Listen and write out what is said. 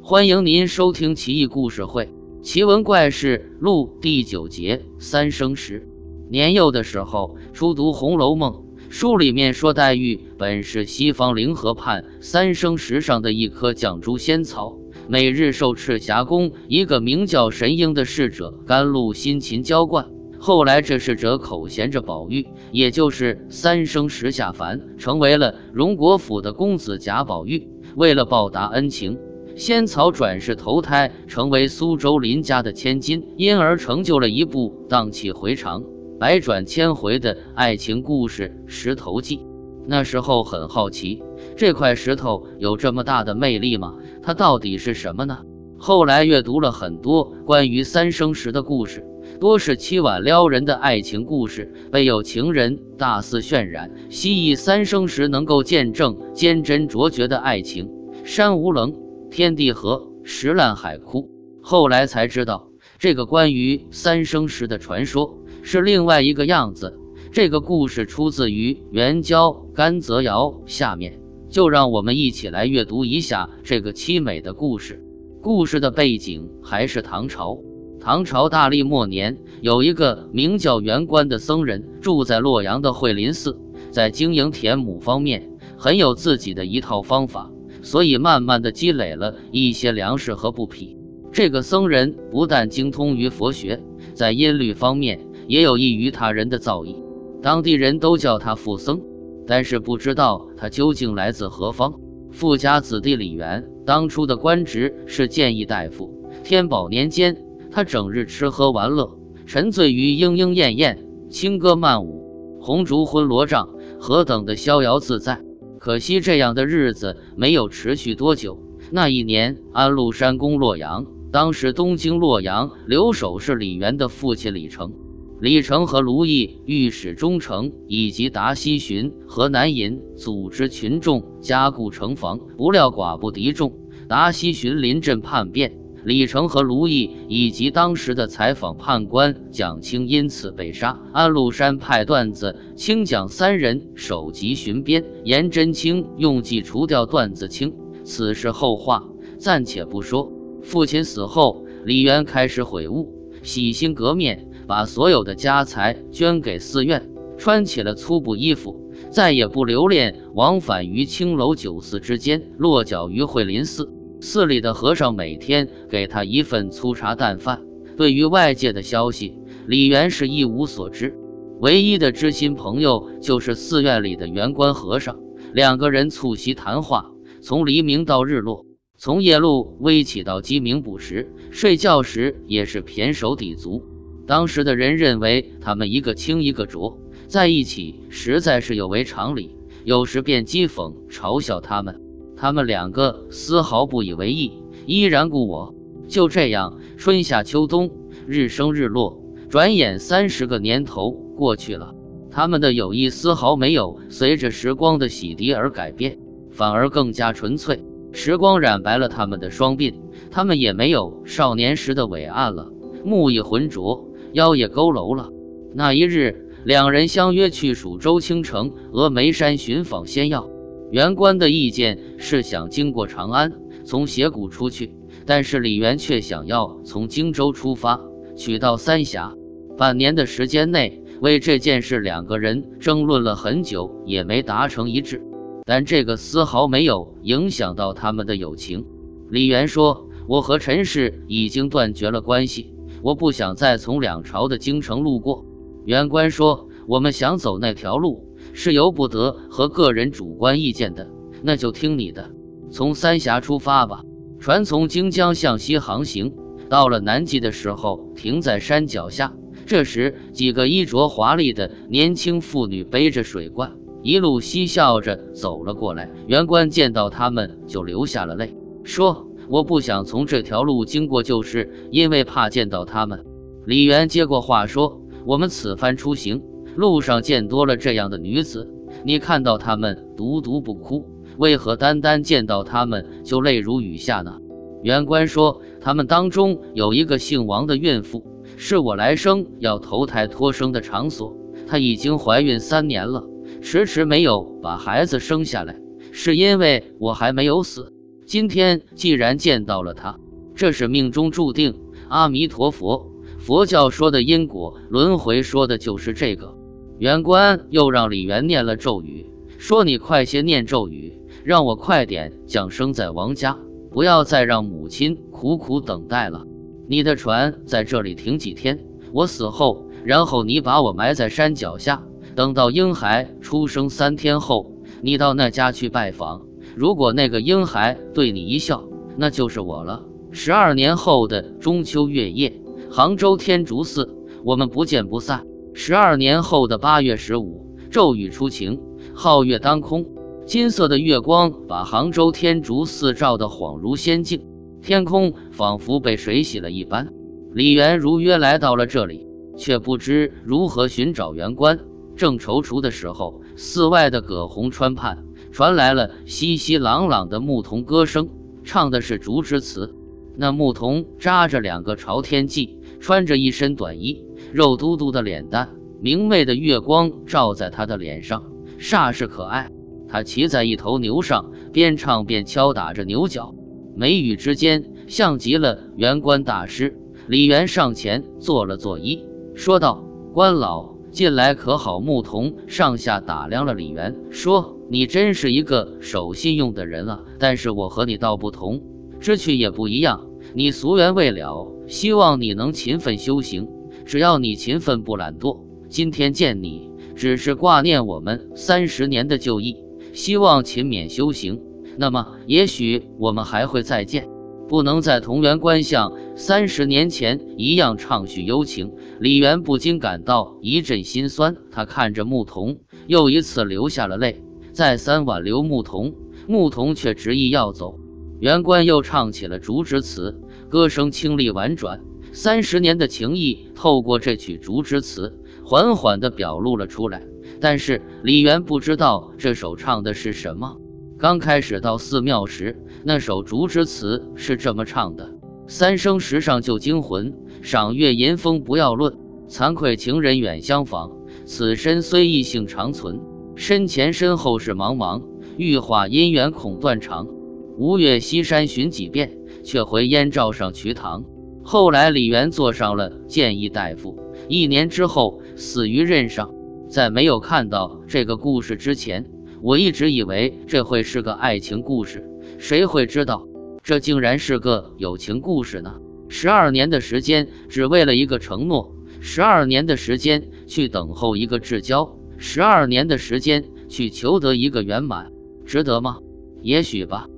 欢迎您收听奇异故事会奇闻怪事录第9节三生石。年幼的时候初读《红楼梦》，书里面说黛玉本是西方灵河畔三生石上的一棵绛珠仙草，每日受赤霞宫一个名叫神鹰的侍者甘露辛勤浇灌。后来这侍者口衔着宝玉，也就是三生石下凡，成为了荣国府的公子贾宝玉。为了报答恩情，仙草转世投胎成为苏州林家的千金，因而成就了一部荡气回肠、百转千回的爱情故事《石头记》。那时候很好奇，这块石头有这么大的魅力吗？它到底是什么呢？后来阅读了很多关于三生石的故事，多是凄婉撩人的爱情故事，备有情人大肆渲染，希冀三生石能够见证坚贞卓绝的爱情。山无棱，天地合，石烂海枯。后来才知道，这个关于三生石的传说是另外一个样子。这个故事出自于元宵甘泽谣，下面就让我们一起来阅读一下这个凄美的故事。故事的背景还是唐朝。唐朝大历末年，有一个名叫元官的僧人，住在洛阳的惠林寺，在经营田亩方面很有自己的一套方法，所以慢慢的积累了一些粮食和布匹。这个僧人不但精通于佛学，在音律方面也有益于他人的造诣，当地人都叫他富僧，但是不知道他究竟来自何方。富家子弟李渊当初的官职是谏议大夫。天宝年间，他整日吃喝玩乐，沉醉于莺莺燕燕、轻歌曼舞、红烛昏罗帐，何等的逍遥自在。可惜这样的日子没有持续多久。那一年，安禄山攻洛阳，当时东京洛阳留守是李渊的父亲李成。李成和卢毅、御史中丞以及达西巡、河南尹组织群众加固城防，不料寡不敌众，达西巡临阵叛变，李成和卢毅以及当时的采访判官蒋清因此被杀。安禄山派段子清蒋三人首级巡边，颜真卿用计除掉段子清。此事后话暂且不说。父亲死后，李渊开始悔悟，洗心革面，把所有的家财捐给寺院，穿起了粗布衣服，再也不留恋往返于青楼酒肆之间，落脚于惠林寺。寺里的和尚每天给他一份粗茶淡饭，对于外界的消息，李渊是一无所知。唯一的知心朋友就是寺院里的元官和尚，两个人促膝谈话，从黎明到日落，从夜露微起到鸡鸣不食，睡觉时也是胼手抵足。当时的人认为他们一个轻一个浊，在一起实在是有违常理，有时便讥讽嘲笑他们。他们两个丝毫不以为意，依然故我。就这样，春夏秋冬，日升日落，转眼30个年头过去了，他们的友谊丝毫没有随着时光的洗涤而改变，反而更加纯粹。时光染白了他们的双鬓，他们也没有少年时的伟岸了，目已浑浊，腰也佝偻了。那一日，两人相约去蜀州青城峨眉山寻访仙药。元官的意见是想经过长安，从斜谷出去，但是李渊却想要从荆州出发，取到三峡。半年的时间内，为这件事两个人争论了很久，也没达成一致。但这个丝毫没有影响到他们的友情。李渊说：“我和陈氏已经断绝了关系，我不想再从两朝的京城路过。”元官说：“我们想走那条路，是由不得和个人主观意见的，那就听你的。从三峡出发吧。”船从荆江向西航行，到了南极的时候，停在山脚下。这时，几个衣着华丽的年轻妇女背着水罐，一路嬉笑着走了过来。元官见到他们就流下了泪，说：“我不想从这条路经过，就是因为怕见到他们。”李渊接过话说：“我们此番出行，路上见多了这样的女子，你看到她们独独不哭，为何单单见到她们就泪如雨下呢？”元官说：“他们当中有一个姓王的孕妇，是我来生要投胎托生的场所，她已经怀孕3年了，迟迟没有把孩子生下来，是因为我还没有死。 今天既然见到了他，这是命中注定。阿弥陀佛，佛教说的因果轮回说的就是这个。原官又让李元念了咒语，说你快些念咒语，让我快点降生在王家，不要再让母亲苦苦等待了。你的船在这里停几天，我死后，然后你把我埋在山脚下，等到婴孩出生3天后，你到那家去拜访，如果那个婴孩对你一笑，那就是我了。12年后的中秋月夜，杭州天竺寺，我们不见不散。12年后的8月15，骤雨初晴，皓月当空，金色的月光把杭州天竺寺照得恍如仙境，天空仿佛被水洗了一般。李元如约来到了这里，却不知如何寻找原官。正踌躇的时候，寺外的葛洪川畔传来了熙熙攘攘的牧童歌声，唱的是竹枝词。那牧童扎着2个朝天髻，穿着一身短衣，肉嘟嘟的脸蛋，明媚的月光照在他的脸上，煞是可爱。他骑在一头牛上，边唱边敲打着牛角，眉宇之间像极了原官大师。李元上前做了作揖，说道：“官老近来可好？”牧童上下打量了李元，说：“你真是一个守信用的人啊，但是我和你道不同，志趣也不一样。你俗缘未了，希望你能勤奋修行，只要你勤奋不懒惰。今天见你，只是挂念我们30年的旧谊，希望勤勉修行，那么也许我们还会再见。不能在同源观像30年前一样畅叙幽情。”李元不禁感到一阵心酸，他看着牧童，又一次流下了泪，再三挽留牧童，牧童却执意要走。原官又唱起了竹枝词，歌声清丽婉转，30年的情谊透过这曲竹枝词缓缓地表露了出来。但是李元不知道这首唱的是什么。刚开始到寺庙时，那首竹枝词是这么唱的：三生石上旧精魂，赏月吟风不要论，惭愧情人远相访，此身虽异性长存，身前身后是茫茫，欲化姻缘恐断肠。吴越西山寻几遍，却回燕赵上瞿塘。后来李元做上了谏议大夫，1年之后死于任上。在没有看到这个故事之前，我一直以为这会是个爱情故事，谁会知道这竟然是个友情故事呢？12年的时间只为了一个承诺，12年的时间去等候一个至交，12年的时间去求得一个圆满，值得吗？也许吧。